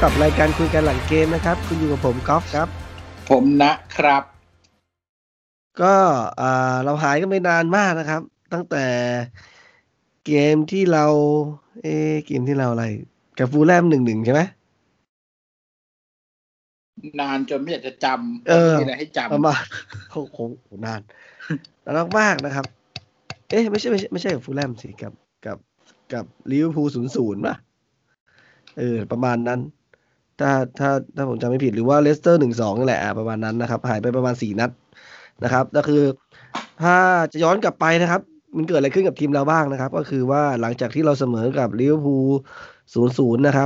กับรายการคุยกันหลังเกมนะครับคุณอยู่กับผมกอล์ฟครับผมนะครับก็เราหายกันไปนานมากนะครับตั้งแต่เกมที่เราเกมที่เราอะไรกับฟูลแลม1-1ใช่ไหมนานจนไม่อยากจะจำไม่มีอะไรให้จำประมาณโอ้โหนานมากนะครับไม่ใช่กับฟูลแลมสิกับลิเวอร์พูล0-0ป่ะประมาณนั้นถ้าถ้าผมจำไม่ผิดหรือว่าเลสเตอร์1-2นี่แหละประมาณนั้นนะครับหายไปประมาณ4 นัดนะครับก็คือถ้าจะย้อนกลับไปนะครับมันเกิดอะไรขึ้นกับทีมเราบ้างนะครับก็คือว่าหลังจากที่เราเสมอกับลิเวอร์พูล0-0นะครับ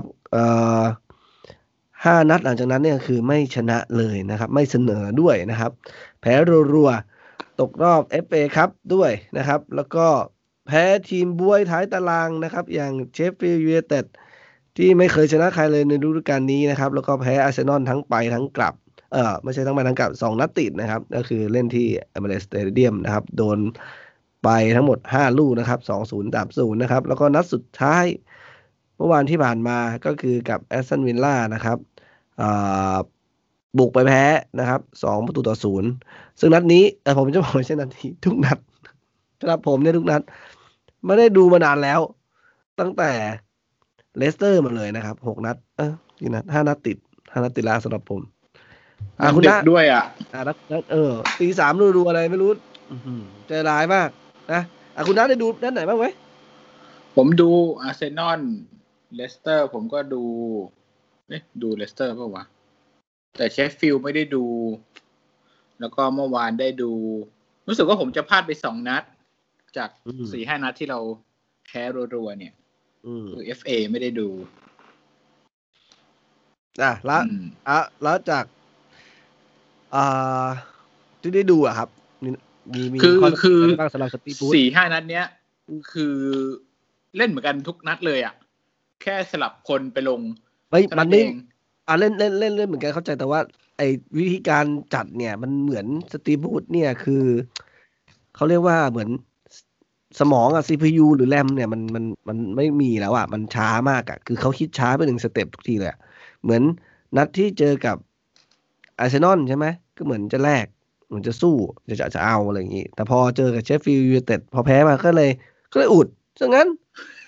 5 นัดหลังจากนั้นเนี่ยคือไม่ชนะเลยนะครับไม่เสนอด้วยนะครับแพ้รัวๆตกรอบ FA ครับด้วยนะครับแล้วก็แพ้ทีมบวยท้ายตารางนะครับอย่างเชฟฟิลด์ยูไนเต็ดที่ไม่เคยชนะใครเลยในฤดูกาลนี้นะครับแล้วก็แพ้อาร์เซนอลทั้งไปทั้งกลับไม่ใช่ทั้งไปทั้งกลับ2 นัดติดนะครับก็คือเล่นที่เอมิเรตส์สเตเดียมนะครับโดนไปทั้งหมด5 ลูกนะครับ2-0 3-0นะครับแล้วก็นัดสุดท้ายเมื่อวานที่ผ่านมาก็คือกับแอสตันวิลล่านะครับบุกไปแพ้นะครับ2-0ซึ่งนัดนี้ผมจะบอกว่าใช่นัดนี้ทุกนัดสำหรับผมเนี่ยทุกนัดไม่ได้ดูมานานแล้วตั้งแต่เลสเตอร์มาเลยนะครับ6 นัดกี่นัด5 นัดติด5 นัดติดแล้วสำหรับผมคุณนัดด้วยนัดตี3ดูอะไรไม่รู้ใจร้ายมากนะคุณนัดได้ดูนัดไหนบ้างไหมผมดูอาร์เซนอลเลสเตอร์ผมก็ดูดูเลสเตอร์ป่ะวะแต่เชฟฟิลด์ไม่ได้ดูแล้วก็เมื่อวานได้ดูรู้สึกว่าผมจะพลาดไป2 นัดจาก 4-5 นัดที่เราแพ้รัวๆเนี่ยคือ FA ไม่ได้ดูแล้วจากที่ได้ดูอะครับมีคือบ้างสำหรับสตีฟ 4-5 นัดเนี้ยคือเล่นเหมือนกันทุกนัดเลยอ่ะแค่สลับคนไปลงมันไม่เล่นเหมือนกันเข้าใจแต่ว่าไอ้วิธีการจัดเนี่ยมันเหมือนสตีฟ บูธเนี่ยคือเขาเรียกว่าเหมือนสมองCPU หรือแรมเนี่ยมันไม่มีแล้วมันช้ามากคือเขาคิดช้าไป1 สเต็ปทุกทีเลยเหมือนนัดที่เจอกับอาร์เซนอลใช่ไหมก็เหมือนจะแลกเหมือนจะสู้จะเอาอะไรอย่างนี้แต่พอเจอกับเชฟฟิลด์ยูไนเต็ดพอแพ้มาก็เลยอุดซะงั้น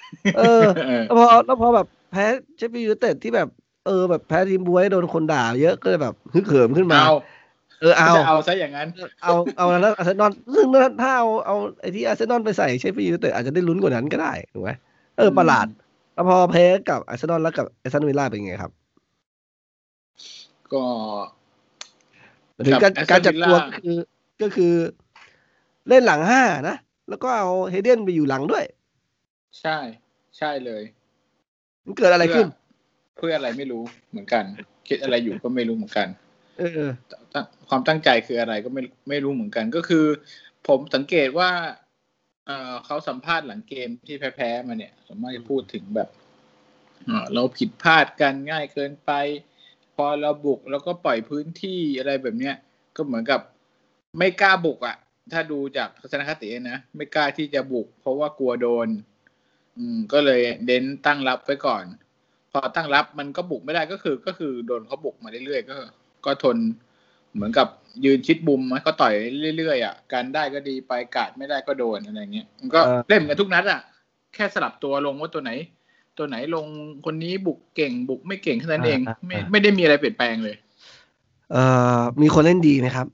แล้วพอแบบแพ้เชฟฟิลด์ยูไนเต็ดที่แบบแบบแพ้ทีมบวยโดนคนด่าเยอะก็เลยแบบฮึกเหิมขึ้นมาเอาซะอย่างนั้นเอาแล้วอาร์เซนอลซึ่งถ้าเอาไอ้ที่อาร์เซนอลไปใส่เชฟฟิลด์ยูไนเต็ดอาจจะได้ลุ้นกว่านั้นก็ได้ถูกไหมประหลาดแล้วพอแพ้กับอาร์เซนอลแล้วกับแอสตันวิลล่าเป็นไงครับก็ถึงการจัดตัวก็คือเล่นหลัง5นะแล้วก็เอาเฮเดนไปอยู่หลังด้วยใช่เลยมันเกิดอะไรขึ้นเพื่ออะไรไม่รู้เหมือนกันคิดอะไรอยู่ก็ไม่รู้เหมือนกันความตั้งใจคืออะไรก็ไม่รู้เหมือนกันก็คือผมสังเกตว่าเขาสัมภาษณ์หลังเกมที่แพ้มาเนี่ยสมมติจะพูดถึงแบบเราผิดพลาดกันง่ายเกินไปพอเราบุกแล้วก็ปล่อยพื้นที่อะไรแบบเนี้ยก็เหมือนกับไม่กล้าบุกถ้าดูจากทัศนคตินะไม่กล้าที่จะบุกเพราะว่ากลัวโดนก็เลยเน้นตั้งรับไว้ก่อนพอตั้งรับมันก็บุกไม่ได้ก็คือโดนเขาบุกมาเรื่อยๆก็ทนเหมือนกับยืนชิดมุมก็ต่อยเรื่อยๆการได้ก็ดีไปกาดไม่ได้ก็โดนอะไรเงี้ยมันก็เล่นกันทุกนัดแค่สลับตัวลงว่าตัวไหนลงคนนี้บุกเก่งบุกไม่เก่งแค่นั้นเองไม่ได้มีอะไรเปลี่ยนแปลงเลยมีคนเล่นดีไหมครับ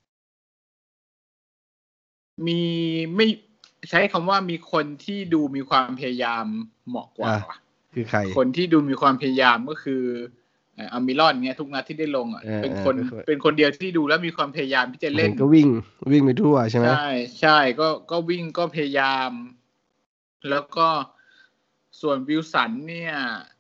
มีไม่ใช้คำว่ามีคนที่ดูมีความพยายามเหมาะกว่าคือใครคนที่ดูมีความพยายามก็คืออามิลอนเนี่ยทุกนัดที่ได้ลงเป็นคนเดียวที่ดูแล้วมีความพยายามที่จะเล่นก็วิ่งไปทั่วใช่ไหมใช่ก็วิ่งก็พยายามแล้วก็ส่วนวิลสันเนี่ย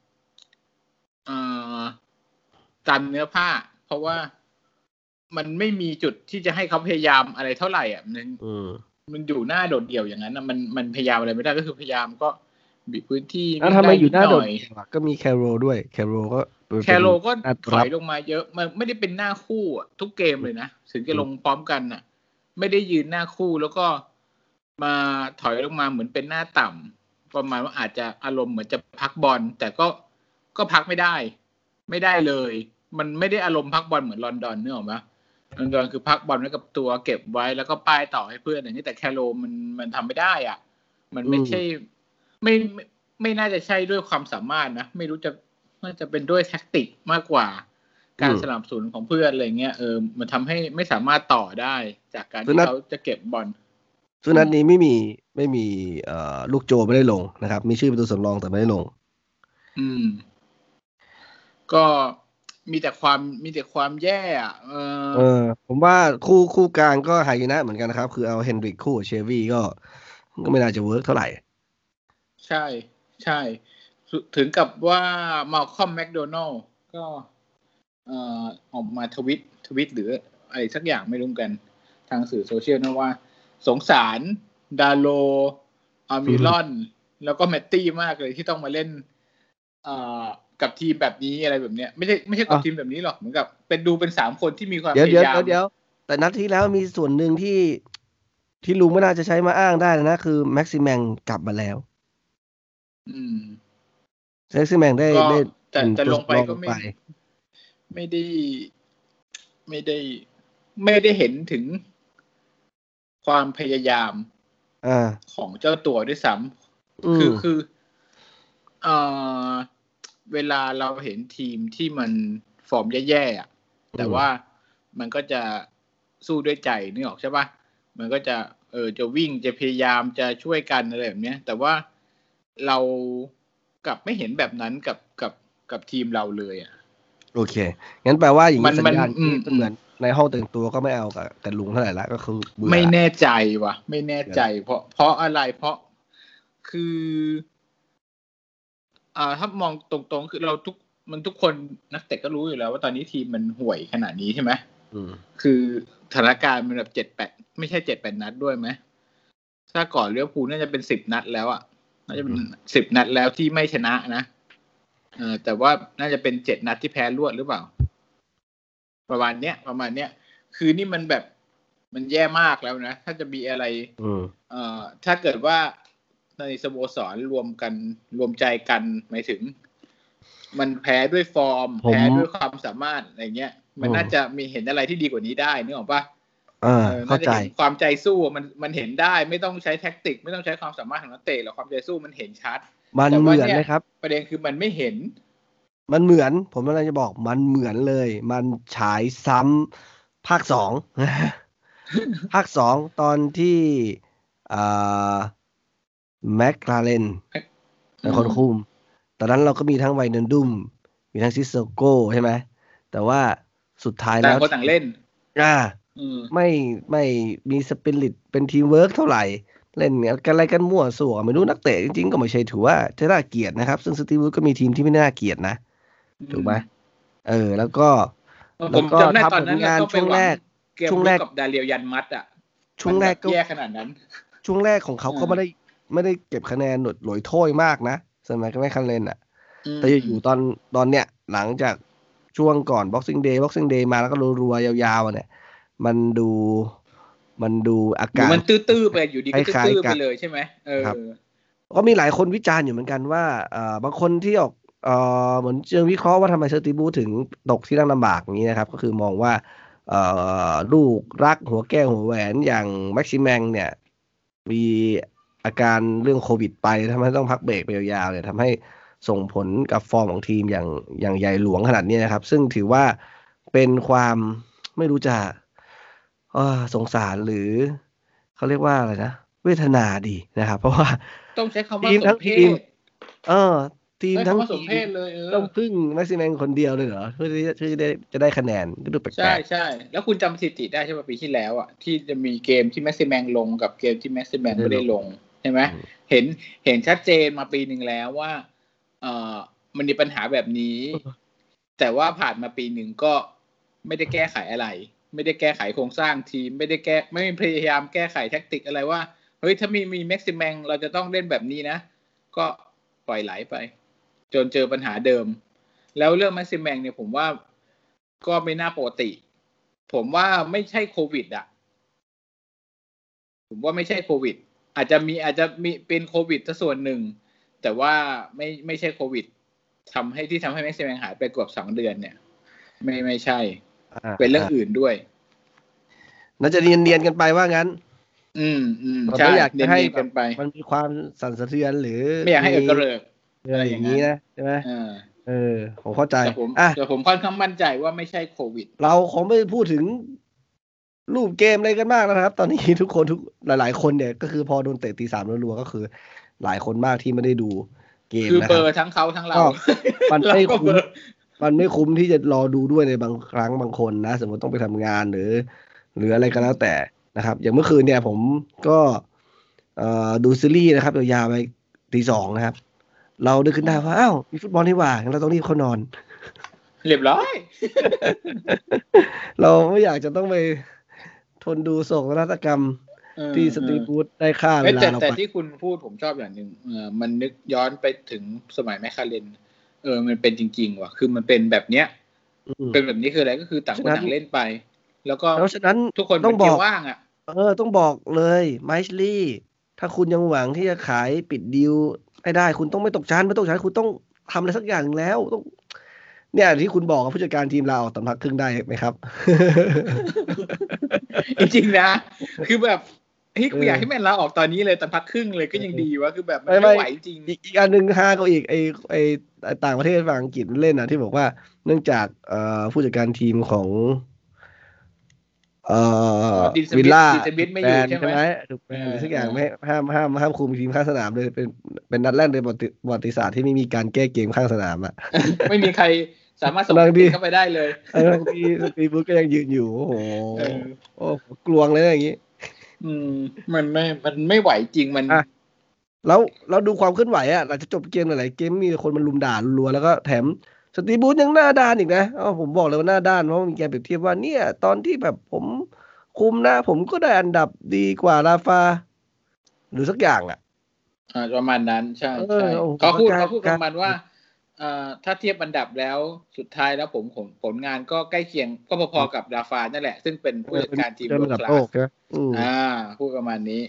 ตามเนื้อผ้าเพราะว่ามันไม่มีจุดที่จะให้เขาพยายามอะไรเท่าไหร่มันอยู่หน้าโดดเดี่ยวอย่างนั้นมันพยายามอะไรไม่ได้ก็คือพยายามก็บีบพื้นที่ทำไมอยู่หน้าโดดก็มีแคโรด้วยแคโรก็ถอยลงมาเยอะมันไม่ได้เป็นหน้าคู่ทุกเกมเลยนะถึงจะลงพร้อมกันไม่ได้ยืนหน้าคู่แล้วก็มาถอยลงมาเหมือนเป็นหน้าต่ำประมาณว่าอาจจะอารมณ์เหมือนจะพักบอลแต่ก็พักไม่ได้ไม่ได้เลยมันไม่ได้อารมณ์พักบอลเหมือนลอนดอนนึกออกไหมลอนดอนคือพักบอลไว้กับตัวเก็บไว้แล้วก็ป้ายต่อให้เพื่อนอย่างนี้แต่แคโรมันทำไม่ได้อ่ะมันไม่ใช่ไม่น่าจะใช่ด้วยความสามารถนะไม่รู้จะน่าจะเป็นด้วยแท็กติกมากกว่าการสนับสนุนของเพื่อนอะไรเงี้ยมันทำให้ไม่สามารถต่อได้จากการที่เขาจะเก็บบอลซึ่งนัดนี้ไม่มีลูกโจไม่ได้ลงนะครับมีชื่อประตูสำรองแต่ไม่ได้ลงก็มีแต่ความแย่ผมว่าคู่กลางก็หายนะเหมือนกันนะครับคือเอาเฮนดริกคู่เชวี่ก็ไม่น่าจะเวิร์กเท่าไหร่ใช่ถึงกับว่ามาลคอมแมคโดนัลด์ก็ออกมาทวิตหรืออะไรสักอย่างไม่รู้กันทางสื่อโซเชียลนะว่าสงสารดาโลอามิลอนแล้วก็แมตตี้มากเลยที่ต้องมาเล่นกับทีมแบบนี้อะไรแบบเนี้ยไม่ใช่กับทีมแบบนี้หรอกเหมือนกับเป็น3คนที่มีความพยายามเดี๋ยวแต่นัดที่แล้วมีส่วนหนึ่งที่ลุงไม่น่าจะใช้มาอ้างได้นะคือแม็กซิแมงกลับมาแล้วแม็กซิแมงได้แต่ลงไปก็ไม่ได้เห็นถึงความพยายามของเจ้าตัวด้วยซ้ำคือเวลาเราเห็นทีมที่มันฟอร์มแย่ๆแต่ว่ามันก็จะสู้ด้วยใจนึกออกใช่ป่ะมันก็จะจะวิ่งจะพยายามจะช่วยกันอะไรแบบนี้แต่ว่าเรากลับไม่เห็นแบบนั้นกับทีมเราเลยโอเคงั้นแปลว่าอย่างนี้สัญญาณที่เหมือนในห้องแต่งตัวก็ไม่เอากับลุงเท่าไหร่ละก็คือไม่แน่ใจว่ะไม่แน่ใจเพราะอะไรเพราะคือถ้ามองตรงๆคือทุกคนนักเตะก็รู้อยู่แล้วว่าตอนนี้ทีมมันห่วยขนาดนี้ใช่ไหมคือสถานการณ์มันแบบ7-8ไม่ใช่7-8 นัดด้วยไหมถ้าก่อนเลี้ยวภูลน่าจะเป็น10 นัดแล้วน่าจะเป็น10 นัดแล้วที่ไม่ชนะนะแต่ว่าน่าจะเป็น7 นัดที่แพ้รวดหรือเปล่าประมาณเนี้ยคือนี่มันแบบมันแย่มากแล้วนะถ้าจะมีอะไรถ้าเกิดว่าในสโมสรรวมใจกันหมายถึงมันแพ้ด้วยฟอร์มแพ้ด้วยความสามารถอะไรเงี้ยมันน่าจะมีเห็นอะไรที่ดีกว่านี้ได้นึกออกปะเข้าใจความใจสู้มันเห็นได้ไม่ต้องใช้แท็กติกไม่ต้องใช้ความสามารถของนักเตะหรอกความใจสู้มันเห็นชัดมันเหมือนเลยครับประเด็นคือมันไม่เห็นมันเหมือนผมกำลังจะบอกมันเหมือนเลยมันฉายซ้ำภาค2ตอนที่แม็กคลาเรนเป็นคนคุมตอนนั้นเราก็มีทั้งไวนันดุมมีทั้งซิสโก้ใช่ไหมแต่ว่าสุดท้ายแล้วต่างเล่นไม่มีสปิริตเป็นทีมเวิร์กเท่าไหร่เล่นกันอะไรกันมั่วสั่วไม่รู้นักเตะจริงๆก็ไม่ใช่ถือว่าจะน่าเกลียดนะครับซึ่งสตีฟวูดก็มีทีมที่ไม่น่าเกลียดนะถูกไหมแล้วก็จำได้ตอนนั้นเราช่วงแรกกับดาเรียลยันมัดช่วงแรกก็แย่ขนาดนั้นช่วงแรกของเขาก็ไม่ได้เก็บคะแนนหลอยถ้วยมากนะสมัยก็ไม่คันเล่นแต่อยู่ตอนเนี้ยหลังจากช่วงก่อน Boxing Day มาแล้วก็รัวๆยาวๆเนี่ยมันดูอาการมันตื้อๆไปอยู่ดีก็ตื้อๆไปเลยใช่ไหมครับก็มีหลายคนวิจารณ์อยู่เหมือนกันว่าบางคนที่ออกเหมือนเชิงวิเคราะห์ว่าทำไมสตีบูถึงตกที่นั่งลำบากอย่างนี้นะครับก็คือมองว่าลูกรักหัวแก้วหัวแหวนอย่างแม็กซิแมงเนี่ยมีอาการเรื่องโควิดไปทำให้ต้องพักเบรกไปยาวๆเนี่ยทำให้ส่งผลกับฟอร์มของทีมอย่างใหญ่หลวงขนาดนี้นะครับซึ่งถือว่าเป็นความไม่รู้จะสงสารหรือเขาเรียกว่าอะไรนะเวทนาดีนะครับเพราะว่าต้องใช้คำว่าทีมทั้งทีมทีมทั้งทีมต้องพึ่งแม็กซิแมงคนเดียวเลยเหรอเพื่อที่จะได้คะแนนก็ดูแปลกๆใช่แล้วคุณจำสถิติได้ใช่ป่ะปีที่แล้วที่จะมีเกมที่แม็กซิแมงลงกับเกมที่แม็กซิแมงไม่ได้ลงใช่ไหมเห็นชัดเจนมาปีนึงแล้วว่ามันมีปัญหาแบบนี้แต่ว่าผ่านมาปีนึงก็ไม่ได้แก้ไขอะไรไม่ได้แก้ไขโครงสร้างทีมไม่พยายามแก้ไขแท็กติกอะไรว่าเฮ้ยถ้ามีแม็กซิแมงเราจะต้องเล่นแบบนี้นะก็ปล่อยไหลไปจนเจอปัญหาเดิมแล้วเรื่องแม็กซิแมงเนี่ยผมว่าก็ไม่น่าปกติผมว่าไม่ใช่โควิดผมว่าไม่ใช่โควิดอาจจะมีเป็นโควิดส่วนหนึ่งแต่ว่าไม่ใช่โควิดทำให้แม็กซิแมงหายไปเกือบ2 เดือนเนี่ยไม่ใช่เป็นเรื่องอื่นด้วยน่าจะเนียนๆกันไปว่างั้นใช่ไม่อยากจะให้กันไปมันมีความสั่นสะเทือนหรือไม่อยากให้เกริกอะไรอย่างนี้นะใช่ไหมผมเข้าใจแต่ผมค่อนข้างมั่นใจว่าไม่ใช่โควิดเราคงไม่พูดถึงรูปเกมอะไรกันมากนะครับตอนนี้ทุกคนหลายๆคนเนี่ยก็คือพอโดนเตะตี 3รัวๆก็คือหลายคนมากที่ไม่ได้ดูเกมนะครับคือเบอร์ทั้งเขาทั้งเรามันไม่คุ้มที่จะรอดูด้วยในบางครั้งบางคนนะสมมติต้องไปทำงานหรืออะไรก็แล้วแต่นะครับอย่างเมื่อคืนเนี่ยผมก็ดูซีรีส์นะครับยาวๆไปตี 2นะครับเราได้ขึ้นได้ว่าอ้าวมีฟุตบอลนี่หว่าเราต้องรีบเข้านอนเรียบร้อยเราไม่อยากจะต้องไปทนดูโศกนาฏกรรมที่สตรีทฟู้ดได้ค่าเวลาเราไปแต่ที่คุณพูดผมชอบอย่างหนึ่งมันนึกย้อนไปถึงสมัยแมคคาเรนมันเป็นจริงๆว่ะคือมันเป็นแบบเนี้ยเป็นแบบนี้คืออะไรก็คือต่างคนต่างเล่นไปแล้วก็ฉะนั้นทุกคนต้องบอกว่างอ่ะต้องบอกเลยไมซ์ลี่ถ้าคุณยังหวังที่จะขายปิดดีลให้ได้คุณต้องไม่ตกชั้นคุณต้องทำอะไรสักอย่างแล้วต้องเนี่ยที่คุณบอกกับผู้จัดการทีมเราออกตำพักครึ่งได้ไหมครับจริงๆนะคือแบบกูอยากให้แมนลาออกตอนนี้เลยตำพักครึ่งเลยก็ยังดีวะคือแบบไม่ไหวจริงอีกอันนึง5ก็อีกไอต่างประเทศฝั่งอังกฤษเล่นนะที่บอกว่าเนื่องจากผู้จัดการทีมของวิลล่าไม่อยู่ใช่ไหมถูกแบนหรือสักอย่างไม่ห้ามคุมทีมข้างสนามเลยเป็นนัดแรกในประวัติศาสตร์ที่ไม่มีการแก้เกมข้างสนามอ่ะไม่มีใครสามารถส่งเข้าไปได้เลยบางทีสตีบูธก็ยังยืนอยู่โอ้โหกลวงเลยอย่างนี้มันไม่ไหวจริงมันแล้วเราดูความเคลื่อนไหวอ่ะหลังจากจบเกมหลายๆเกมมีคนมันลุมด่ารัวแล้วก็แถมสตีบูธยังหน้าด้านอีกนะผมบอกเลยว่าหน้าด้านเพราะมีการเปรียบเทียบว่าเนี่ยตอนที่แบบผมคุมนะผมก็ได้อันดับดีกว่าราฟาหรือสักอย่างอ่ะประมาณนั้นใช่เขาพูดประมาณว่าถ้าเทียบอันดับแล้วสุดท้ายแล้วผลงานก็ใกล้เคียงก็พอๆกับราฟานั่นแหละซึ่งเป็นผู้จัดการทีมระดับโลกพูดประมาณนี้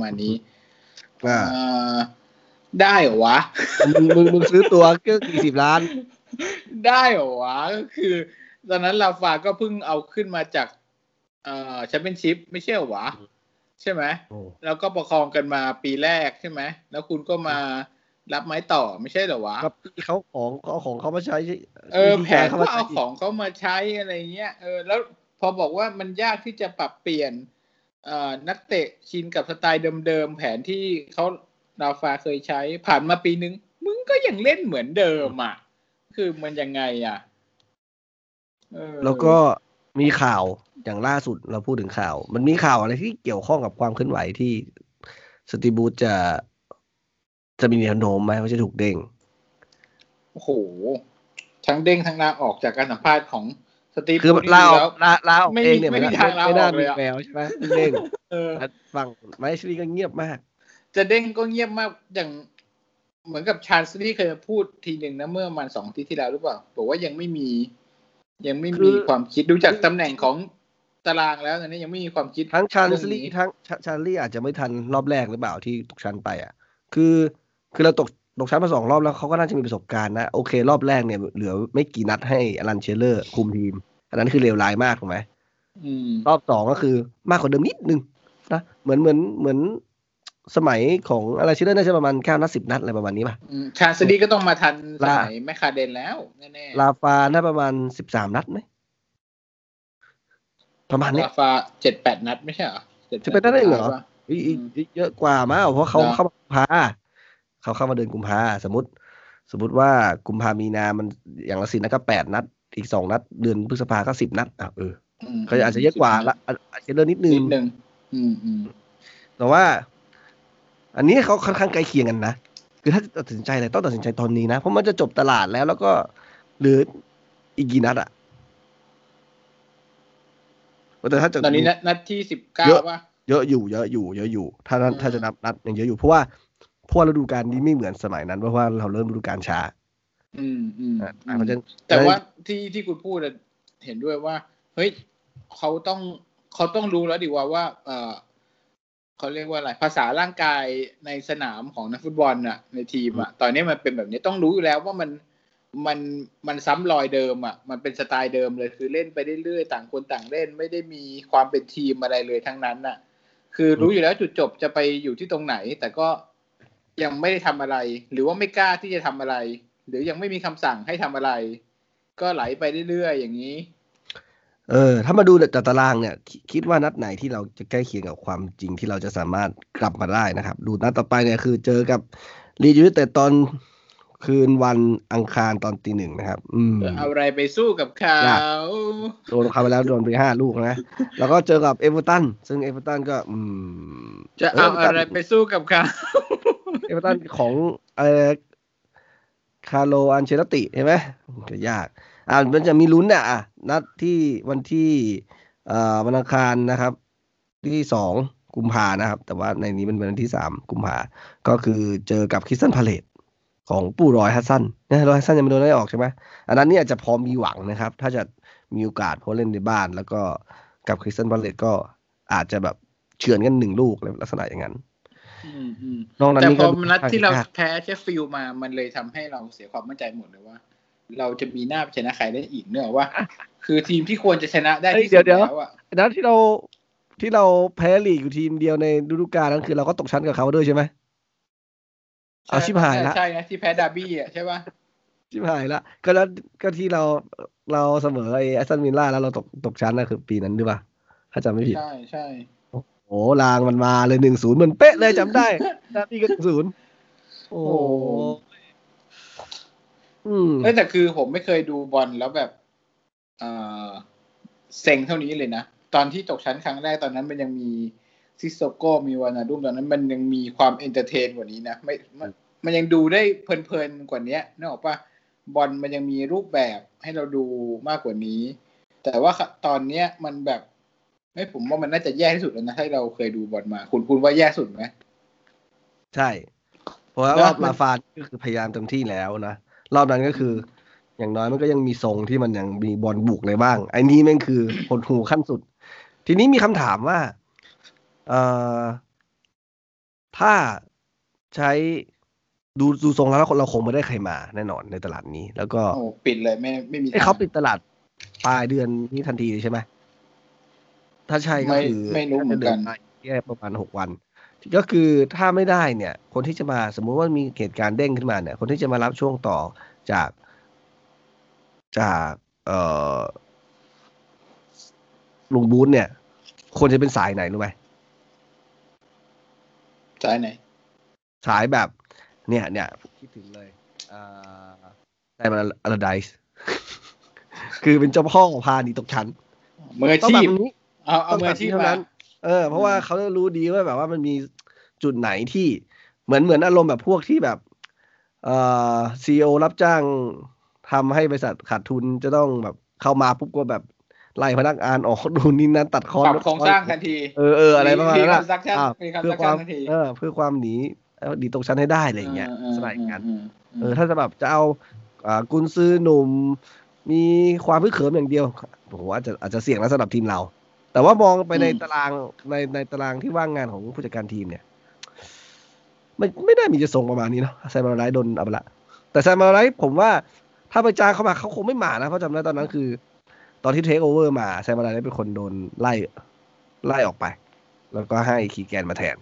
ได้เหรอวะมึงซื้อตัวก็40 ล้านได้เหรอวะก็คือตอนนั้นราฟาก็เพิ่งเอาขึ้นมาจากแชมเปี้ยนชิพไม่ใช่เหรอวะใช่ไหมแล้วก็ประคองกันมาปีแรกใช่ไหมแล้วคุณก็มารับไม้ต่อไม่ใช่เหรอวะกับเขาของเขามาใช้แผนเขาเอาของเขามาใช้อะไรเงี้ยแล้วพอบอกว่ามันยากที่จะปรับเปลี่ยนนักเตะชินกับสไตล์เดิมๆแผนที่เขาราฟาเคยใช้ผ่านมาปีนึงมึงก็ยังเล่นเหมือนเดิมอ่ะคือมันยังไงอ่ะแล้วก็มีข่าวอย่างล่าสุดเราพูดถึงข่าวมันมีข่าวอะไรที่เกี่ยวข้องกับความเคลื่อนไหวที่สตีบูธจะมีแนวโน้มไหมว่าจะถูกเด้งโอ้โหทั้งเด้งทั้งลาออกจากการสัมภาษณ์ของสตีบูธคือลาออกเองเนี่ยไม่มีทางลาออกเลยแววใช่ไหมเด้งฝั่งไมซ์ลีก็เงียบมากจะเด้งก็เงียบมากอย่างเหมือนกับชาญซีเคยพูดทีหนึ่งนะเมื่อประมาณ2 อาทิตย์ที่แล้วหรือเปล่าบอกว่ายังไม่มีความคิดดูจากตำแหน่งของตารางแล้วตอนนี้ยังไม่มีความคิดทั้งชาญซีทั้งชาญซีอาจจะไม่ทันรอบแรกหรือเปล่าที่ตกชั้นไปอ่ะคือเราตกชั้นมา2 รอบแล้วเขาก็น่าจะมีประสบการณ์นะโอเครอบแรกเนี่ยเหลือไม่กี่นัดให้อลันเชลเลอร์คุมทีมอันนั้นคือเลวร้ายมากถูกไหมรอบ2ก็คือมากกว่าเดิมนิดนึงนะเหมือนสมัยของอะไรเชลเลอร์น่าจะประมาณ9 นัด 10 นัดอะไรประมาณนี้ป่ะชาญซีก็ต้องมาทันสมัยแมคคาเดนแล้วแน่ๆลาฟาน่าประมาณ13 นัดไหมประมาณนี้ลาฟา 7-8 นัดไม่ใช่เหรอ 7-8 นัดได้เหรอเยอะกว่ามากเพราะเขาเข้ามากุมภาเดือนกุมภาสมมติว่ากุมภามีนามันอย่างละ10 นัดก็8 นัดอีก2 นัดเดือนพฤษภาก็10 นัดเขาอาจจะเยอะกว่าละอาจจะเลื่อนนิดนึงแต่ว่าอันนี้เขาค่อนข้างใกล้เคียงกันนะคือถ้าตัดสินใจอะไรต้องตัดสินใจตอนนี้นะเพราะมันจะจบตลาดแล้วก็เหลืออีกกี่นัดอะแต่ถ้าตอนนี้นัดที่19ป่ะเยอะอยู่ถ้าจะนับนัดยังเยอะอยู่เพราะว่าฤดูกาลนี้ไม่เหมือนสมัยนั้นเพราะว่าเราเริ่มฤดูกาลช้าแต่ว่าที่คุณพูดเห็นด้วยว่าเฮ้ยเขาต้องรู้แล้วดิว่าเขาเรียกว่าอะไรภาษาร่างกายในสนามของนักฟุตบอลน่ะในทีมอ่ะตอนนี้มันเป็นแบบนี้ต้องรู้อยู่แล้วว่ามันมันซ้ำรอยเดิมอ่ะมันเป็นสไตล์เดิมเลยคือเล่นไปเรื่อยๆต่างคนต่างเล่นไม่ได้มีความเป็นทีมอะไรเลยทั้งนั้นน่ะคือรู้อยู่แล้วจุดจบจะไปอยู่ที่ตรงไหนแต่ก็ยังไม่ได้ทำอะไรหรือว่าไม่กล้าที่จะทำอะไรหรือยังไม่มีคำสั่งให้ทำอะไรก็ไหลไปเรื่อยๆอย่างนี้ถ้ามาดูจากตารางเนี่ยคิดว่านัดไหนที่เราจะใกล้เคียงกับความจริงที่เราจะสามารถกลับมาได้นะครับดูนัดต่อไปเนี่ยคือเจอกับลีดยูไนเต็ดตอนคืนวันอังคารตอนตี 1นะครับเอาอะไรไปสู้กับเขาโดนเขาไปแล้วโดนไป5 ลูกนะแล้วก็เจอกับเอเวอร์ตันซึ่งเอเวอร์ตันก็จะเอาอะไรไปสู้กับเขาเอเวอร์ตันของคาร์โลอันเชลติใช่ไหมก็ยากมันจะมีลุ้นเนี่ยนัดที่วันที่วันอังคารนะครับที่2 กุมภานะครับแต่ว่าในนี้มันเป็นวันที่3 กุมภาก็คือเจอกับคริสตัลพาเลซของปู่รอยฮัสซันเนี่ยรอยฮัสซันยังไม่โดนได้ออกใช่ไหมอันนั้นเนี่ยจะพอมีหวังนะครับถ้าจะมีโอกาสเพราะเล่นในบ้านแล้วก็กับคริสตัลพาเลซก็อาจจะแบบเฉือนกัน1 ลูกลักษณะอย่างนั้นแต่พอนัดที่เราแพ้เชฟฟิลด์มามันเลยทำให้เราเสียความมั่นใจหมดเลยว่าเราจะมีหน้าชนะใครได้อีกเนอะว่าคือทีมที่ควรจะชนะได้ที่สุดแล้วอ่ะนัดที่เราแพ้ลีกอยู่ทีมเดียวในฤดูกาลนั้นคือเราก็ตกชั้นกับเขาด้วยใช่ไหมเอาชิบหายละใช่นะที่แพ้ดาร์บี้อ่ะใช่ป่ะชิบหายละก็ที่เราเสมอไอ้แอสตันวิลล่าแล้วเราตกชั้นนะคือปีนั้นหรือเปล่าถ้าจำไม่ผิดใช่โอ้ลางมันมาเลย1-0เหมือนเป๊ะเลยจำได้ดาร์บี้ก็1-0โอ้แต่คือผมไม่เคยดูบอลแล้วแบบเซ็งเท่านี้เลยนะตอนที่ตกชั้นครั้งแรกตอนนั้นมันยังมีซิโซโก้มีวานาดุมตอนนั้นมันยังมีความเอนเตอร์เทนกว่านี้นะมันยังดูได้เพลินๆกว่านี้นึกออกป่ะบอลมันยังมีรูปแบบให้เราดูมากกว่านี้แต่ว่าตอนเนี้ยมันแบบผมว่ามันน่าจะแย่ที่สุดแล้วนะถ้าเราเคยดูบอลมาคุณว่าแย่สุดไหมใช่เพราะว่ารอบลาฟาดก็คือพยายามเต็มที่แล้วนะรอบนั้นก็คืออย่างน้อยมันก็ยังมีทรงที่มันยังมีบอลบุกเลยบ้างไอ้นี้แม่งคือหดหูขั้นสุดทีนี้มีคำถามว่าถ้าใช้ดูทรงแล้วเราคงไม่ได้ใครมาแน่นอนในตลาดนี้แล้วก็ปิดเลยไม่มีเขาปิดตลาดปลายเดือนนี้ทันทีใช่ไหมถ้าใช่ก็คือไม่รู้เหมือนกันแค่ประมาณ6 วันก็คือถ้าไม่ได้เนี่ยคนที่จะมาสมมุติว่ามีเหตุการณ์เด้งขึ้นมาเนี่ยคนที่จะมารับช่วงต่อจากลุงบูธเนี่ยควรจะเป็นสายไหนรู้ไหมสายไหนสายแบบเนี่ยคิดถึงเลยไดมอนด์อลาไดส์คือเป็นเจ้าพ่อพาหนีตกชั้นมืออาชีพเอามืออาชีพเท่านั้นเพราะว่าเขารู้ดีว่าแบบว่ามันมีจุดไหนที่เหมือนอารมณ์แบบพวกที่แบบCEO รับจ้างทำให้บริษัทขาดทุนจะต้องแบบเข้ามาปุ๊บก็แบบไล่พนักงานออกดูนี่นั้นตัดคอร์สปรับโครงสร้างทันทีอะไรประมาณนั้นเพื่อความหนีตกชั้นให้ได้อะไรอย่างเงี้ยสไลด์กันถ้าจะแบบจะเอากุนซือหนุ่มมีความพึกเขิมอย่างเดียวผมว่าอาจจะเสี่ยงแล้วสำหรับทีมเราแต่ว่ามองไปในตารางในตารางที่ว่างงานของผู้จัดการทีมเนี่ยไม่ได้มีจะส่งประมาณนี้เนาะไซมาร์ไลท์โดนเอาไปละแต่ไซมาร์ไลท์ผมว่าถ้าไปจ้างเขามาเขาคงไม่มานะเพราะจำได้ตอนนั้นคือตอนที่เทคโอเวอร์มาไซมาร์ไลท์เป็นคนโดนไล่ออกไปแล้วก็ให้คีแกนมาแทน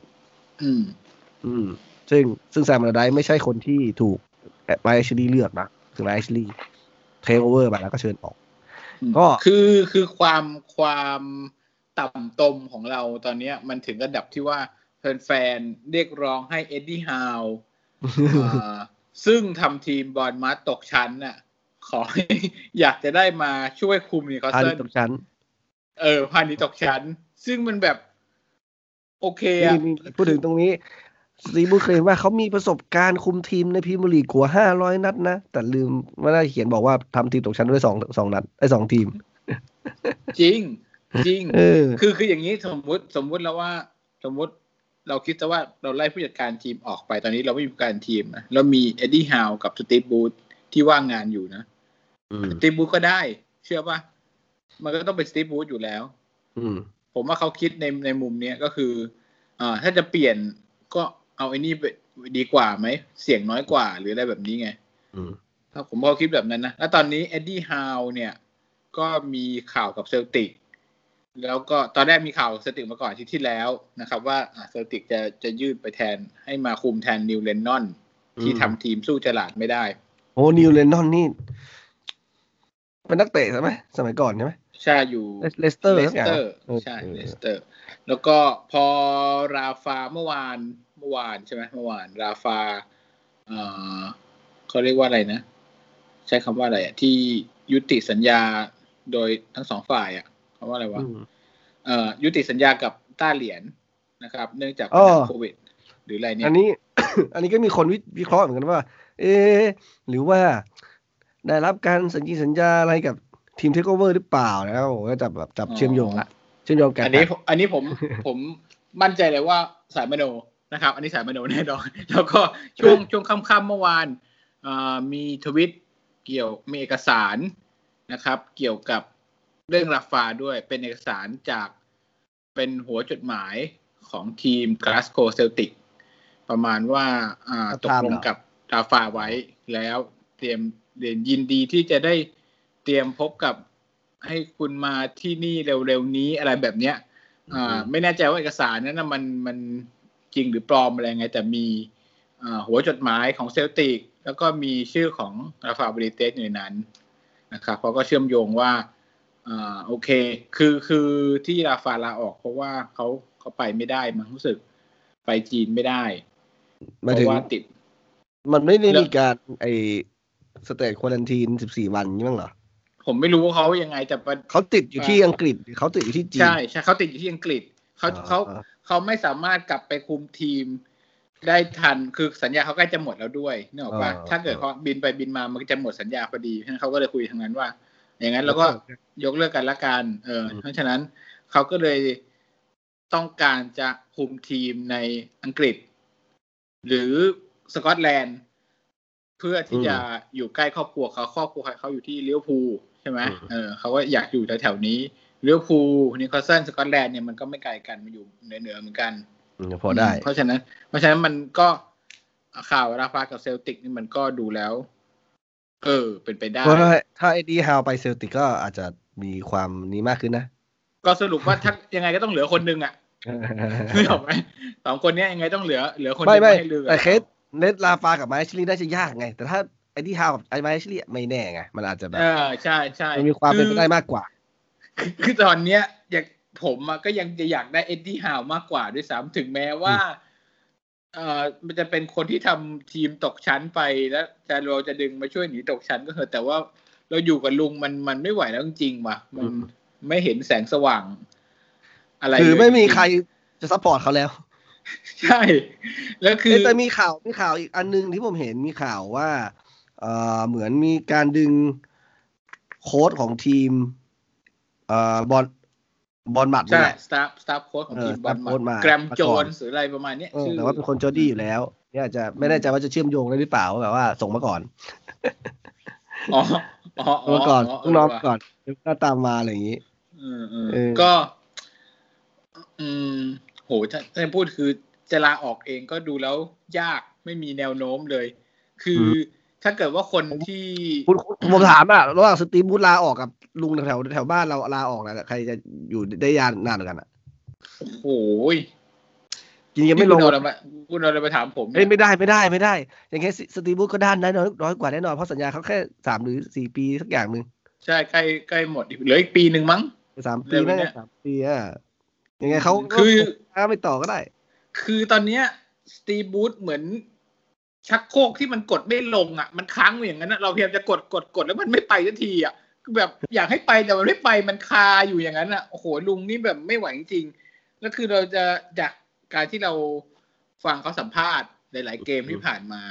ซึ่งไซมาร์ไลท์ไม่ใช่คนที่ถูกไลท์แอชลีย์เลือกนะคือไลท์แอชลีย์เทคโอเวอร์ไปแล้วก็เชิญออกก็คือความต่ำตมของเราตอนนี้มันถึงระดับที่ว่าแฟนๆเรียกร้องให้เอ็ดดี้ฮาวซึ่งทำทีมบอลมาตกชั้นน่ะขออยากจะได้มาช่วยคุมนิวคาสเซิลตกชั้นพานิตกชั้นซึ่งมันแบบโอเคอ่ะพูดถึงตรงนี้ซีบูเคลมว่าเขามีประสบการณ์คุมทีมในพรีเมียร์ลีกกว่า500 นัดนะแต่ลืมว่าได้เขียนบอกว่าทำทีมตกชั้นด้วย2นัด2 ทีมจริงคืออย่างนี้สมมุติแล้วว่าสมมุติเราคิดซะว่าเราไล่ผู้จัดการทีมออกไปตอนนี้เราไม่มีผู้จัดการทีมนะเรามีเอ็ดดี้ฮาวกับสตีฟบูธที่ว่างงานอยู่นะสตีฟบูธก็ได้เชื่อป่ะมันก็ต้องเป็นสตีฟบูธอยู่แล้วผมว่าเขาคิดในมุมนี้ก็คือถ้าจะเปลี่ยนก็เอาไอ้นี่ดีกว่าไหมเสี่ยงน้อยกว่าหรืออะไรแบบนี้ไงผมก็คิดแบบนั้นนะแล้วตอนนี้เอ็ดดี้ฮาวเนี่ยก็มีข่าวกับเซลติกแล้วก็ตอนแรกมีข่าวเซลติกมาก่อนที่แล้วนะครับว่าเซลติกจะยืดไปแทนให้มาคุมแทนนิวเลนนอนที่ทำทีมสู้เจอราร์ดไม่ได้โอ้นิวเลนนอนนี่เป็นนักเตะใช่ไหมสมัยก่อนใช่ไหมใช่อยู่เลสเตอร์ใช่เลสเตอร์แล้วก็พอราฟาเมื่อวานใช่ไหมเมื่อวานราฟาเขาเรียกว่าอะไรนะใช้คำว่าอะไรที่ยุติสัญญาโดยทั้งสองฝ่ายคำว่าอะไรวะยุติสัญญากับต้าเหรียญนะครับเนื่องจากปัญหาโควิดหรืออะไรเนี่ยอันนี้ก็มีคนวิเคราะห์เหมือนกันว่าหรือว่าได้รับการสัญญาอะไรกับทีมเทคโอเวอร์หรือเปล่าแล้วก็จับเชื่อมโยงกันอันนี้ผมมั่นใจเลยว่าสายมโนนะครับอันนี้สายมโนแน่นอนแล้วก็ช่วงค่ำๆเมื่อวานมีทวิตมีเอกสารนะครับเกี่ยวกับเรื่องราฟาด้วยเป็นเอกสารจากเป็นหัวจดหมายของทีม Glasgow Celtic ประมาณว่าตกลงกับราฟาไว้แล้วเตรียมยินดีที่จะได้เตรียมพบกับให้คุณมาที่นี่เร็วๆนี้อะไรแบบเนี้ยไม่แน่ใจว่าเอกสารนั้นนะมันจริงหรือปลอมอะไรไงแต่มีหัวจดหมายของเซลติกแล้วก็มีชื่อของราฟาเบนิเตสอยู่ในนั้นนะครับเขาก็เชื่อมโยงว่าโอเคคือที่ราฟาลาออกเพราะว่าเขาไปไม่ได้มั้งรู้สึกไปจีนไม่ได้เพราะว่าติดมันไม่ได้มีการสเตจควอรันทีน14 วันนี่มั้งเหรอผมไม่รู้ว่าเขายังไงแต่เขาติดอยู่ที่อังกฤษเขาติดอยู่ที่จีนใช่เขาติดอยู่ที่อังกฤษเขาไม่สามารถกลับไปคุมทีมได้ทันคือสัญญาเขาใกล้จะหมดแล้วด้วยนึกออกป่ะถ้าเกิดเขาบินไปบินมามันจะหมดสัญญาพอดีฉะนั้นเขาก็เลยคุยทางนั้นว่าอย่างนั้นเราก็ยกเลิกกันละกันเพราะฉะนั้นเขาก็เลยต้องการจะคุมทีมในอังกฤษหรือสกอตแลนด์เพื่อที่จะอยู่ใกล้ครอบครัวเขาอยู่ที่ลิเวอร์พูลใช่ไหมเขาก็อยากอยู่แถวๆนี้ลิเวอร์พูลนิวคาสเซิลสกอตแลนด์เนี่ยมันก็ไม่ไกลกันมันอยู่เหนือเหมือนกันพอได้เพราะฉะนั้นมันก็ข่าวราฟากับเซลติกนี่มันก็ดูแล้วเป็นไปได้ถ้าเอ็ดดี้ฮาวไปเซลติกก็อาจจะมีความนี้มากขึ้นนะก็สรุปว่าถ้ายังไงก็ต้องเหลือคนนึงไม่ออกไหม2 คนนี้ยังไงต้องเหลือคนนึงให้ลือแต่เคสเลสราฟากับไมค์ชิลี่น่าจะยากไงแต่ถ้าเอ็ดดี้ฮาวกับไมค์ชิลี่ไม่แน่ไงมันอาจจะแบบใช่มันมีความเป็นไปได้มากกว่าคือตอนเนี้ยผมก็ยังจะอยากได้เอ็ดดี้ฮาวมากกว่าด้วยซ้ำถึงแม้ว่ามันจะเป็นคนที่ทำทีมตกชั้นไปแล้วเราจะดึงมาช่วยหนีตกชั้นก็เถอะแต่ว่าเราอยู่กับลุงมันไม่ไหวแล้วจริงๆว่ะมันไม่เห็นแสงสว่างอะไรคือไม่มีใครจะซัพพอร์ตเขาแล้วใช่แล้วคือแต่มีข่าวอีกอันนึงที่ผมเห็นมีข่าวว่าเหมือนมีการดึงโค้ชของทีมบอลมัดนี่แหละสตาฟโค้ชของทีมบอลมัดแกรมโจนส์หรืออะไรประมาณนี้แต่ว่าเป็นคนจอร์ดี้อยู่แล้วเนี่ยอาจจะไม่แน่ใจว่าจะเชื่อมโยงได้หรือเปล่าแบบว่าส่งมาก่อนมาก่อนน้องก่อนแล้วตามมาอะไรอย่างนี้ก็โหถ้าพูดคือจะลาออกเองก็ดูแล้วยากไม่มีแนวโน้มเลยคือถ้าเกิดว่าคนที่ผมถามระหว่างสตีฟบูธลาออกกับลุงแถวบ้านเราลาออกนะใครจะอยู่ได้ยานานกันโอ้โหจริงยังไม่ลงคุณเอาอะไรไปถามผมไม่ได้อย่างแค่สตีฟบูธก็ด้านน้อยกว่าแน่นอนเพราะสัญญาเขาแค่3 หรือ 4 ปีสักอย่างนึงใช่ใกล้หมดเหลืออีกปีนึงมั้ง 3 ปีนั่น3 ปียังไงเขาคือไม่ต่อก็ได้คือตอนเนี้ยสตีฟบูธเหมือนชักโครกที่มันกดไม่ลงมันค้างอยู่อย่างนั้นเราพยายามจะกดแล้วมันไม่ไปสักทีคือแบบอยากให้ไปแต่มันไม่ไปมันคาอยู่อย่างนั้นโอ้โหลุงนี่แบบไม่ไหวจริงๆแล้วคือเราจะจากการที่เราฟังเขาสัมภาษณ์หลายๆเกมที่ผ่านมา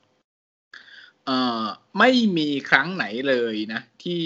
ไม่มีครั้งไหนเลยนะที่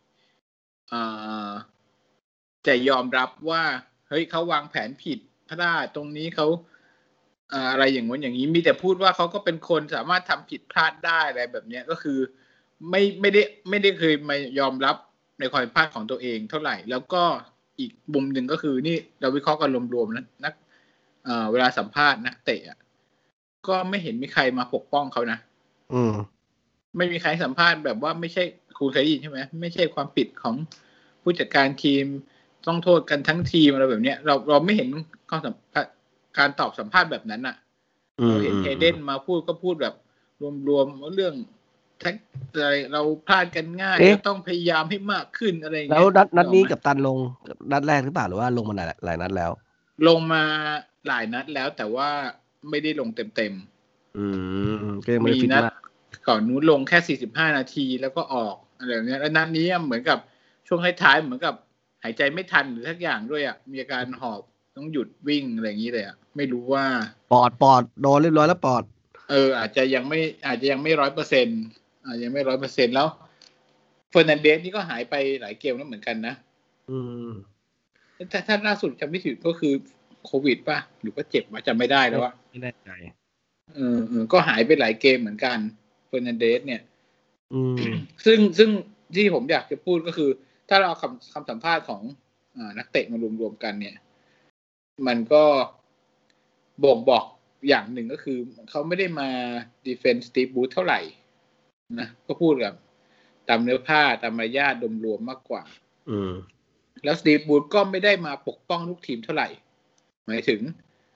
จะยอมรับว่าเฮ้ยเขาวางแผนผิดพลาดตรงนี้เขาอะไรอย่างงี้อย่างนี้มีแต่พูดว่าเขาก็เป็นคนสามารถทำผิดพลาดได้อะไรแบบนี้ก็คือไม่ได้เคยมายอมรับในความผิดพลาดของตัวเองเท่าไหร่แล้วก็อีกมุมหนึ่งก็คือนี่เราวิเคราะห์กันรวมๆนะนักเวลาสัมภาษณ์นักเตะก็ไม่เห็นมีใครมาปกป้องเขานะไม่มีใครสัมภาษณ์แบบว่าไม่ใช่คุณเคยได้ยินใช่ไหมไม่ใช่ความผิดของผู้จัดการทีมต้องโทษกันทั้งทีมอะไรแบบเนี้ยเราไม่เห็นการตอบสัมภาษณ์แบบนั้นอ่ะเราเห็นเฮเดนมาพูดก็พูดแบบรวมๆเรื่องอะไรเราพลาดกันง่ายเราต้องพยายามให้มากขึ้นอะไรอย่างเงี้ยแล้วนัดนี้กับตันลงนัดแรกหรือเปล่าหรือว่าลงมาหลายนัดแล้วลงมาหลายนัดแล้วแต่ว่าไม่ได้ลงเต็มก็ยังไม่ได้ฟิตมากก่อนนู้นลงแค่45นาทีแล้วก็ออกอะไรแบบนี้แล้วนัดนี้เหมือนกับช่วงท้ายๆเหมือนกับหายใจไม่ทันหรือทักอย่างด้วยอ่ะมีอาการหอบต้องหยุดวิ่งอะไรอย่างนี้เลยอ่ะไม่รู้ว่าปอดโดนเรียบร้อยแล้วปอดอาจจะยังไม่100%อาจจะยังไม่100%แล้วเฟอร์นันเดสนี่ก็หายไปหลายเกมแล้วเหมือนกันนะถ้าล่าสุดจำไม่ผิดก็คือโควิดป่ะหรือว่าเจ็บมาจำไม่ได้แล้วว่าไม่แน่ใจก็หายไปหลายเกมเหมือนกันเฟอร์นันเดสเนี่ยซึ่งที่ผมอยากจะพูดก็คือถ้าเราเอาคำสัมภาษณ์ของนักเตะมารวมๆกันเนี่ยมันก็บอกอย่างหนึ่งก็คือเขาไม่ได้มาดีเฟนส์สตีฟบูธเท่าไหร่นะก็พูดกับตามเนื้อผ้าตามมารยาทรวมๆมากกว่าแล้วสตีฟบูธก็ไม่ได้มาปกป้องลูกทีมเท่าไหร่หมายถึง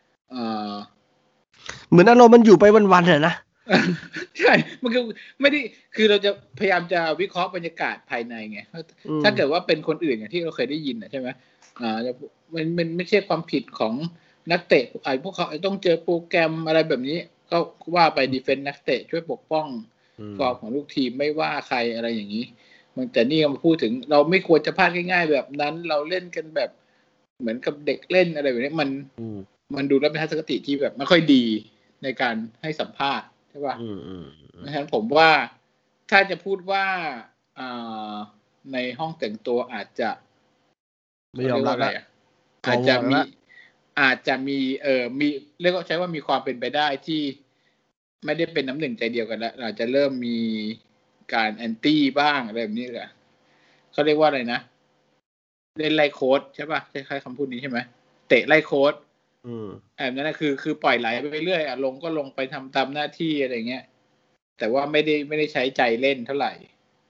เหมือนอารมณ์มันอยู่ไปวันๆเลยนะใช่มันคือไม่ได้คือเราจะพยายามจะวิเคราะห์บรรยากาศภายในไงถ้าเกิดว่าเป็นคนอื่นอย่างที่เราเคยได้ยินใช่ไหมมันไม่ใช่ความผิดของนักเตะพวกเขาต้องเจอโปรแกรมอะไรแบบนี้ก็ว่าไปดีเฟนส์นักเตะช่วยปกป้องฟอร์มของลูกทีมไม่ว่าใครอะไรอย่างนี้แต่นี่เราพูดถึงเราไม่ควรจะพลาดง่ายๆแบบนั้นเราเล่นกันแบบเหมือนกับเด็กเล่นอะไรแบบนี้มันดูแล้วเป็นทัศนคติที่แบบไม่ค่อยดีในการให้สัมภาษณ์ใช่ป่ะเพราะฉะนั้นผมว่าถ้าจะพูดว่าในห้องแต่งตัวอาจจะไม่ยอมรับแล้วอาจจะมีมีเรียกว่าใช้ว่ามีความเป็นไปได้ที่ไม่ได้เป็นน้ำหนึ่งใจเดียวกันแล้วอาจจะเริ่มมีการแอนตี้บ้างอะไรแบบนี้แหละเขาเรียกว่าอะไรนะเล่นไล่โค้ดใช่ป่ะคล้ายๆคำพูดนี้ใช่ไหมเตะไล่โค้ดแบบนั้นคือปล่อยไหลไปเรื่อยลงก็ลงไปทำตามหน้าที่อะไรเงี้ยแต่ว่าไม่ได้ใช้ใจเล่นเท่าไหร่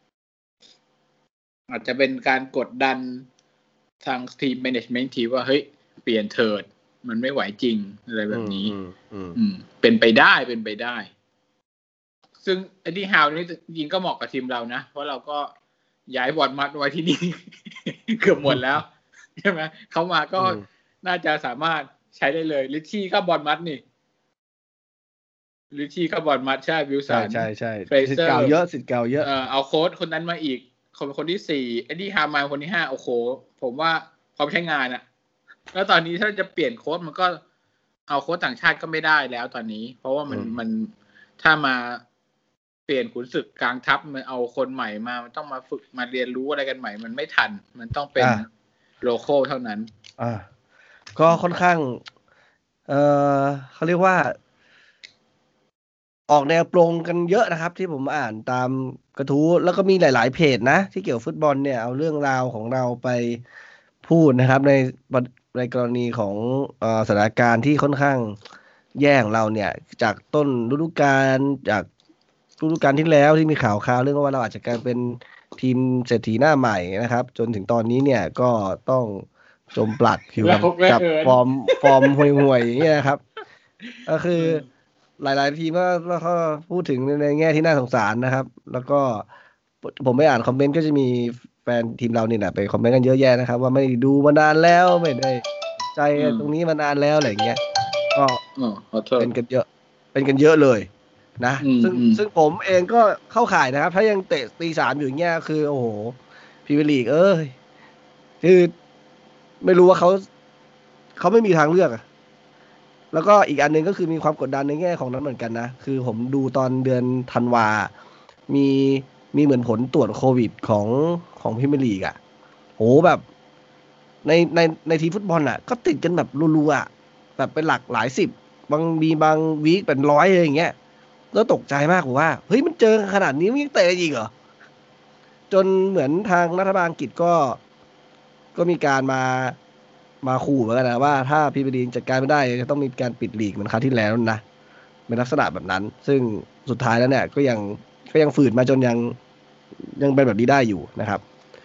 อาจจะเป็นการกดดันทางทีมแมเนจเมนต์ทีว่าเฮ้ยเปลี่ยนเถิดมันไม่ไหวจริงอะไรแบบนี้เป็นไปได้ซึ่งไอ้ที่ฮาวนี่จริงก็เหมาะกับทีมเรานะเพราะเราก็ย้ายบอลมัดไว้ที่นี่ เกือบหมดแล้วใช่ไหมเขามาก็น่าจะสามารถใช้ได้เลยลิชชี่ก็บอลมัดนี่ลิชชี่ก็บอลมัดใช่วิลสันใช่สิทธิ์เก่าเยอะเอาโค้ชคนนั้นมาอีกคนที่4ไอ้ที่ฮามาคนที่5โอ้โหผมว่าพร้อมใช้งานอะแล้วตอนนี้ถ้าจะเปลี่ยนโค้ชมันก็เอาโค้ชต่างชาติก็ไม่ได้แล้วตอนนี้เพราะว่ามันถ้ามาเปลี่ยนขุนศึกกลางทัพมันเอาคนใหม่มามันต้องมาฝึกมาเรียนรู้อะไรกันใหม่มันไม่ทันมันต้องเป็นโลคอลเท่านั้นก็ค่อนข้างเขาเรียกว่าออกแนวปรงกันเยอะนะครับที่ผมอ่านตามกระทู้แล้วก็มีหลายๆเพจนะที่เกี่ยวฟุตบอลเนี่ยเอาเรื่องราวของเราไปพูดนะครับในกรณีของสถานการณ์ที่ค่อนข้างแย่ของเราเนี่ยจากต้นฤดูกาลจากฤดูกาลที่แล้วที่มีข่าวเรื่องว่าเราอาจจะกลายเป็นทีมเศรษฐีหน้าใหม่นะครับจนถึงตอนนี้เนี่ยก็ต้องจมปลักอยู่กับฟอร์มห่วยๆอย่างเงี้ยครับก็คือหลายๆทีมก็พูดถึงในแง่ที่น่าสงสารนะครับแล้วก็ผมไปอ่านคอมเมนต์ก็จะมีแฟนทีมเราเนี่ยนะไปคอมเมนต์กันเยอะแยะนะครับว่าไม่ดูมานานแล้วไม่ได้ใจตรงนี้มานานแล้วอะไรเงี้ยก็เป็นกันเยอะเลยนะซึ่งผมเองก็เข้าข่ายนะครับถ้ายังเตะตี3อยู่อย่างเงี้ยคือโอ้โหพรีเมียร์ลีกคือไม่รู้ว่าเขาไม่มีทางเลือกแล้วก็อีกอันนึงก็คือมีความกดดันในแง่ของนั้นเหมือนกันนะคือผมดูตอนเดือนธันวามีเหมือนผลตรวจโควิดของพรีเมียร์ลีกโหแบบในทีมฟุตบอลก็ติดกันแบบรัวๆแบบเป็นหลักหลายสิบบางวีคเป็น100อะไรอย่างเงี้ยก็ตกใจมากผมว่าเฮ้ยมันเจอขนาดนี้มันยังเตะอีกเหรอจนเหมือนทางรัฐบาลอังกฤษก็มีการมาขู่เหมือนกันนะว่าถ้าพรีเมียร์ลีกจัดการไม่ได้จะต้องมีการปิดลีกเหมือนคราวที่แล้วนะเป็นลักษณะแบบนั้นซึ่งสุดท้ายแล้วเนี่ยก็ยังก็ยังฝืนมาจนยังเป็นแบบนี้ได้อยู่นะครับ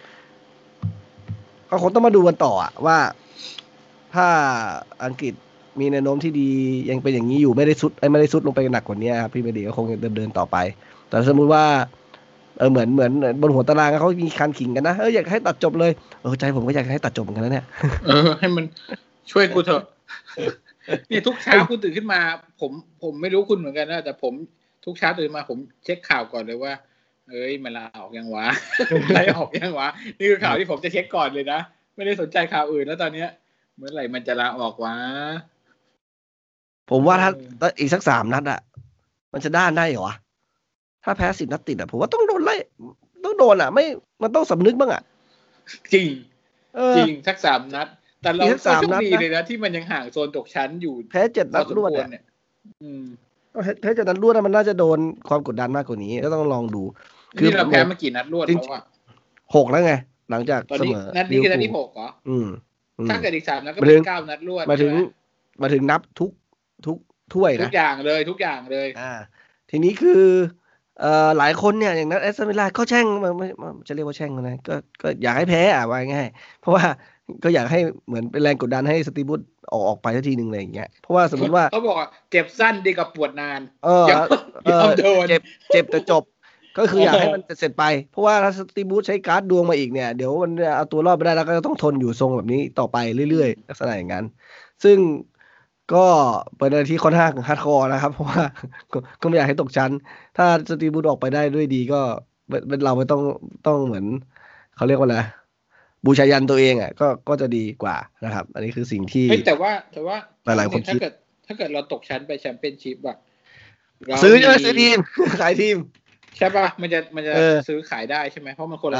ก็คงต้องมาดูกันต่อว่าถ้าอังกฤษมีแนวโน้มที่ดียังเป็นอย่างนี้อยู่ไม่ได้ซุดลงไปหนักกว่านี้ครับพี่เมดีก็คงเดินต่อไปแต่สมมุติว่าเหมือนบนหัวตารางเขามีคันขิงกันนะอยากให้ตัดจบเลยใจผมก็อยากให้ตัดจบเหมือนกันนะเนี่ยให้มันช่วยกูเถอะนี่ทุกเช้ากูตื่นขึ้นมาผมไม่รู้คุณเหมือนกันนะแต่ผมทุกเช้าตื่นมาผมเช็คข่าวก่อนเลยว่ามันลาออกยังวะไล่ออกยังวะนี่คือข่าวที่ผมจะเช็คก่อนเลยนะไม่ได้สนใจข่าวอื่นแล้วตอนเนี้ยเมื่อไหร่มันจะลาออกวะผมว่าถ้าอีกสัก3 นัดมันจะได้เหรอถ้าแพ้10 นัดติดผมว่าต้องโดนไล่ต้องโดนไม่มันต้องสำนึกบ้างจริงจริงสัก3 นัดแต่เราก็โชคดีเลยนะที่มันยังห่างโซนตกชั้นอยู่แพ้7 นัดรวดเนี่ยแพ้7 นัดรวดมันน่าจะโดนความกดดันมากกว่านี้ก็ต้องลองดูคือเราแพ้มากี่นัดรวดแล้ว 6แล้วไงหลังจากเสมอนัดนี้คือนัดที่6เหรอถ้าเกิดอีก3นัดก็เป็น9 นัดรวดมาถึงนับทุกถ้วยนะทุกอย่างเลยทีนี้คือหลายคนเนี่ยอย่างนั้นแอสตันวิลล่าก็แช่งมันจะเรียกว่าแช่งนะก็อยากให้แพ้ว่าง่ายเพราะว่าก็อยากให้เหมือนเป็นแรงกดดันให้สตีฟวูดออกไปสักทีนึงอะไรอย่างเงี้ยเพราะว่าสมมติว่าเขาบอกเจ็บสั้นดีกว่าปวดนานเจ็บแต่จบก็คืออยากให้มันเสร็จไปเพราะว่าถ้าสตีฟวูดใช้การ์ดดวงมาอีกเนี่ยเดี๋ยวมันเอาตัวรอดไม่ได้แล้วก็ต้องทนอยู่ทรงแบบนี้ต่อไปเรื่อยๆลักษณะอย่างนั้นซึ่งก็เป็นอะไรที่ค่อนข้างฮาร์ดคอร์นะครับเพราะว่าก็ไม่อยากให้ตกชั้นถ้าสตีฟวูดออกไปได้ด้วยดีก็เป็นเราไม่ต้องเหมือนเขาเรียกว่าอะไรบูชายันตัวเองก็จะดีกว่านะครับอันนี้คือสิ่งที่แต่ว่าหลายๆคนคิดถ้าเกิดเราตกชั้นไปแชมเปี้ยนชิพซื้อใช่ไหมซื้อทีมขายทีมใช่ป่ะมันจะซื้อขายได้ใช่ไหมเพราะมันคนละ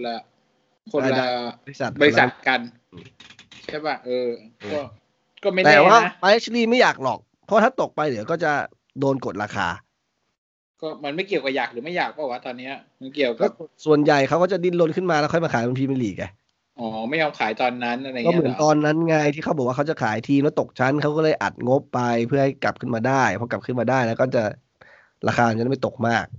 บริษัทกันใช่ป่ะก็ไม่แน่นะแต่ว่าไอชลีไม่อยากหรอกเพราะถ้าตกไปเดี๋ยวก็จะโดนกดราคาก็มันไม่เกี่ยวกับอยากหรือไม่อยากป่ะวะตอนนี้มันเกี่ยวกับส่วนใหญ่เขาก็จะดิ้นรนขึ้นมาแล้วค่อยมาขายบนพรีเมียร์ลีกไงไม่ยอมขายตอนนั้นอะไรเงี้ยก็เหมือนตอนนั้นไงที่เขาบอกว่าเขาจะขายทีมแล้วตกชั้นเขาก็เลยอัดงบไปเพื่อให้กลับขึ้นมาได้พอกลับขึ้นมาได้แล้วก็จะราคาจะไม่ตกมาก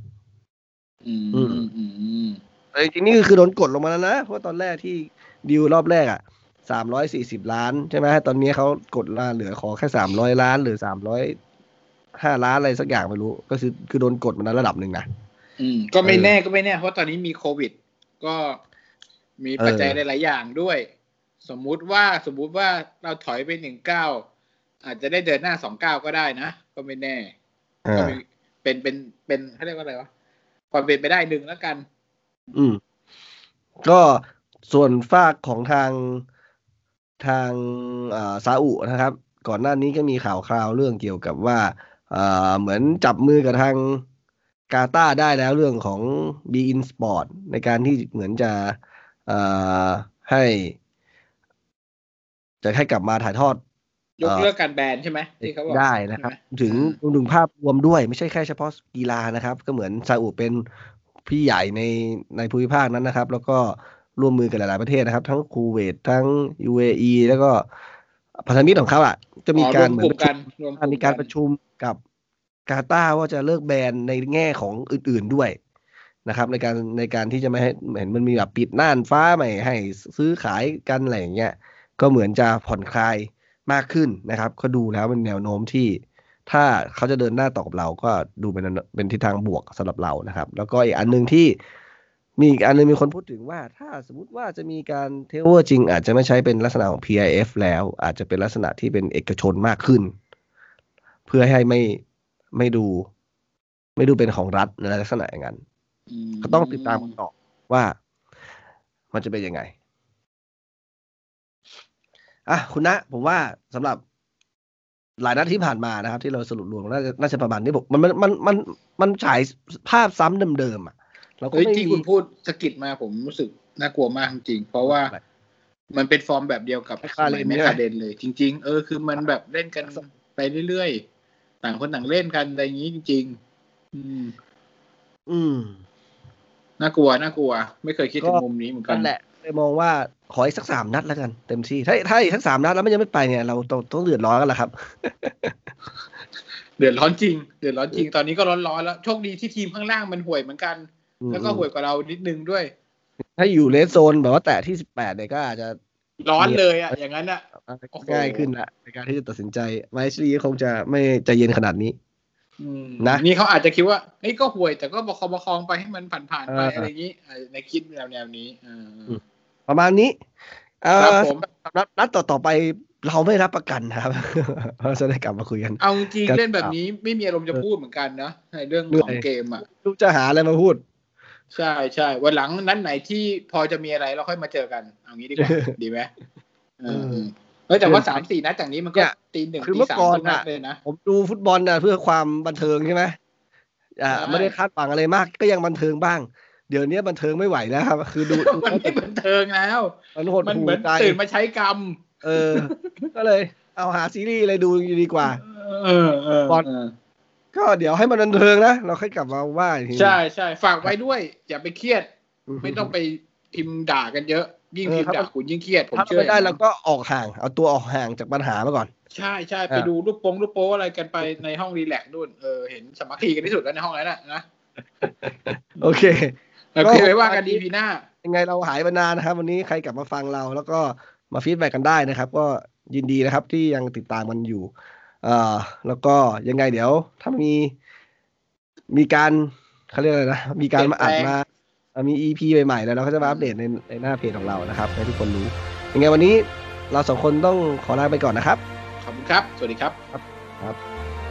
แต่จริงๆนี่คือโดนกดลงมาแล้วนะเพราะตอนแรกที่ดีลรอบแรก340 ล้านใช่ไหมตอนนี้เขากดมาเหลือขอแค่300 ล้านหรือ305 ล้านอะไรสักอย่างไม่รู้ก็คือโดนกดมาในระดับหนึ่งนะก็ไม่แน่เพราะตอนนี้มีโควิดก็มีปัจจัยหลายๆอย่างด้วยสมมุติว่าเราถอยไป19อาจจะได้เดินหน้า29ก็ได้นะก็ไม่แน่ก็เป็นเขาเรียกว่าอะไรวะความเป็นไปได้1แล้วกันก็ส่วนฝากของทางซาอุนะครับก่อนหน้านี้ก็มีข่าวคราวเรื่องเกี่ยวกับว่าเหมือนจับมือกับทางกาตาร์ได้แล้วเรื่องของ beIN Sport ในการที่เหมือนจะให้กลับมาถ่ายทอดยกเลิกการแบนใช่ไหมที่เขาบอกได้นะครับถึงภาพรวมด้วยไม่ใช่แค่เฉพาะกีฬานะครับก็เหมือนซาอุเป็นพี่ใหญ่ในภูมิภาคนั้นนะครับแล้วก็ร่วมมือกันหลายๆประเทศนะครับทั้งคูเวตทั้ง UAE แล้วก็พันธมิตรของเขาจะมีการเหมือนมีการประชุมกับกาตาร์ว่าจะเลิกแบนในแง่ของอื่นๆด้วยนะครับในการที่จะไม่ให้เห็นมันมีแบบปิดน่านฟ้าไม่ให้ซื้อขายกันอะไรอย่างเงี้ยก็เหมือนจะผ่อนคลายมากขึ้นนะครับก็ดูแล้วเป็นแนวโน้มที่ถ้าเขาจะเดินหน้าต่อกับเราก็ดูเป็นทิศทางบวกสำหรับเรานะครับแล้วก็อีกอันนึงที่มีคนพูดถึงว่าถ้าสมมติว่าจะมีการเทคโอเวอร์จริงอาจจะไม่ใช้เป็นลักษณะของ PIF แล้วอาจจะเป็นลักษณะที่เป็นเอกชนมากขึ้นเพื่อให้ไม่ดูเป็นของรัฐในลักษณะอย่างนั้นก็ต้องติดตามกันต่อว่ามันจะเป็นยังไงคุณณผมว่าสำหรับหลายนัดที่ผ่านมานะครับที่เราสรุปรวมน่าจะประมาณนี้มันฉายภาพซ้ำเดิมเราก็ที่คุณพูดสกิดมาผมรู้สึกน่ากลัวมากจริงเพราะว่ามันเป็นฟอร์มแบบเดียวกับสมัยแมคคาเดนเลยจริงๆคือมันแบบเล่นกันไปเรื่อยๆต่างคนต่างเล่นกันอะไรอย่างนี้จริงๆน่ากลัวไม่เคยคิดถึงมุมนี้เหมือนกันนั่นแหละเลยมองว่าขออีกสัก3 นัดแล้วกันเต็มที่ถ้าอีกสัก3 นัดแล้วมันยังไม่ไปเนี่ยเราต้องเดือดร้อนกันแหละครับเดือดร้อนจริงตอนนี้ก็ร้อนแล้วโชคดีที่ทีมข้างล่างมันห่วยเหมือนกันแล้วก็ห่วยกว่าเรานิดนึงด้วยถ้าอยู่เรดโซนแบบว่าแตะที่18เนี่ยก็อาจจะร้อนเลยอ่ะอย่างนั้นอ่ะง่ายขึ้นละในการที่จะตัดสินใจไมซ์ลีคงจะไม่ใจเย็นขนาดนี้นะนี่เขาอาจจะคิดว่าเฮ้ยก็ห่วยแต่ก็ประคองไปให้มันผ่านไปอะไรอย่างนี้ในคิดแนวนี้ประมาณนี้ครับผมนัดต่อไปเราไม่รับประกันครับเราจะได้กลับมาคุยกันเอาจริงเล่นแบบนี้ไม่มีอารมณ์จะพูดเหมือนกันนะในเรื่องของเกมอ่ะลูกจะหาอะไรมาพูดใช่วันหลังนั้นไหนที่พอจะมีอะไรเราค่อยมาเจอกันเอางี้ดีกว่าดีไหมแต่ว่า 3-4 นัดจากนี้มันก็ตีหนึ่งตีสามทุกนัดเลยนะผมดูฟุตบอลนะเพื่อความบันเทิงใช่ไหมไม่ได้คาดหวังอะไรมากก็ยังบันเทิงบ้างเดี๋ยวนี้บันเทิงไม่ไหวแล้วครับคือดูมันไม่บันเทิงแล้วมันเหมือนตื่นมาใช้กรรมก็เลยเอาหาซีรีส์อะไรดูดีกว่าบอลก็เดี๋ยวให้มันบันเทิงนะเราค่อยกลับมาว่าอีกทีใช่ฝากไว้ด้วยอย่าไปเครียดไม่ต้องไปพิมพ์ด่ากันเยอะยิ่งพิมพ์ด่าคุณยิ่งเครียดผมเชื่อไม่ได้เราก็ออกห่างเอาตัวออกห่างจากปัญหามาก่อนใช่ไปดูรูปโป๊อะไรกันไปในห้องรีแลกซ์นู่นเห็นสามัคคีกันที่สุดแล้วในห้องนั้นนะโอเคไว้ว่ากันดีพีหน้ายังไงเราหายไปนานนะครับวันนี้ใครกลับมาฟังเราแล้วก็มาฟีดแบ็กกันได้นะครับก็ยินดีนะครับที่ยังติดตามกันอยู่แล้วก็ยังไงเดี๋ยวถ้ามีการเขาเรียกอะไรนะมีการมาอัดมามี EP ใหม่ๆแล้วเราก็จะมาอัปเดตในหน้าเพจของเรานะครับให้ทุกคนรู้ยังไงวันนี้เรา2คนต้องขอลาไปก่อนนะครับขอบคุณครับสวัสดีครับครับ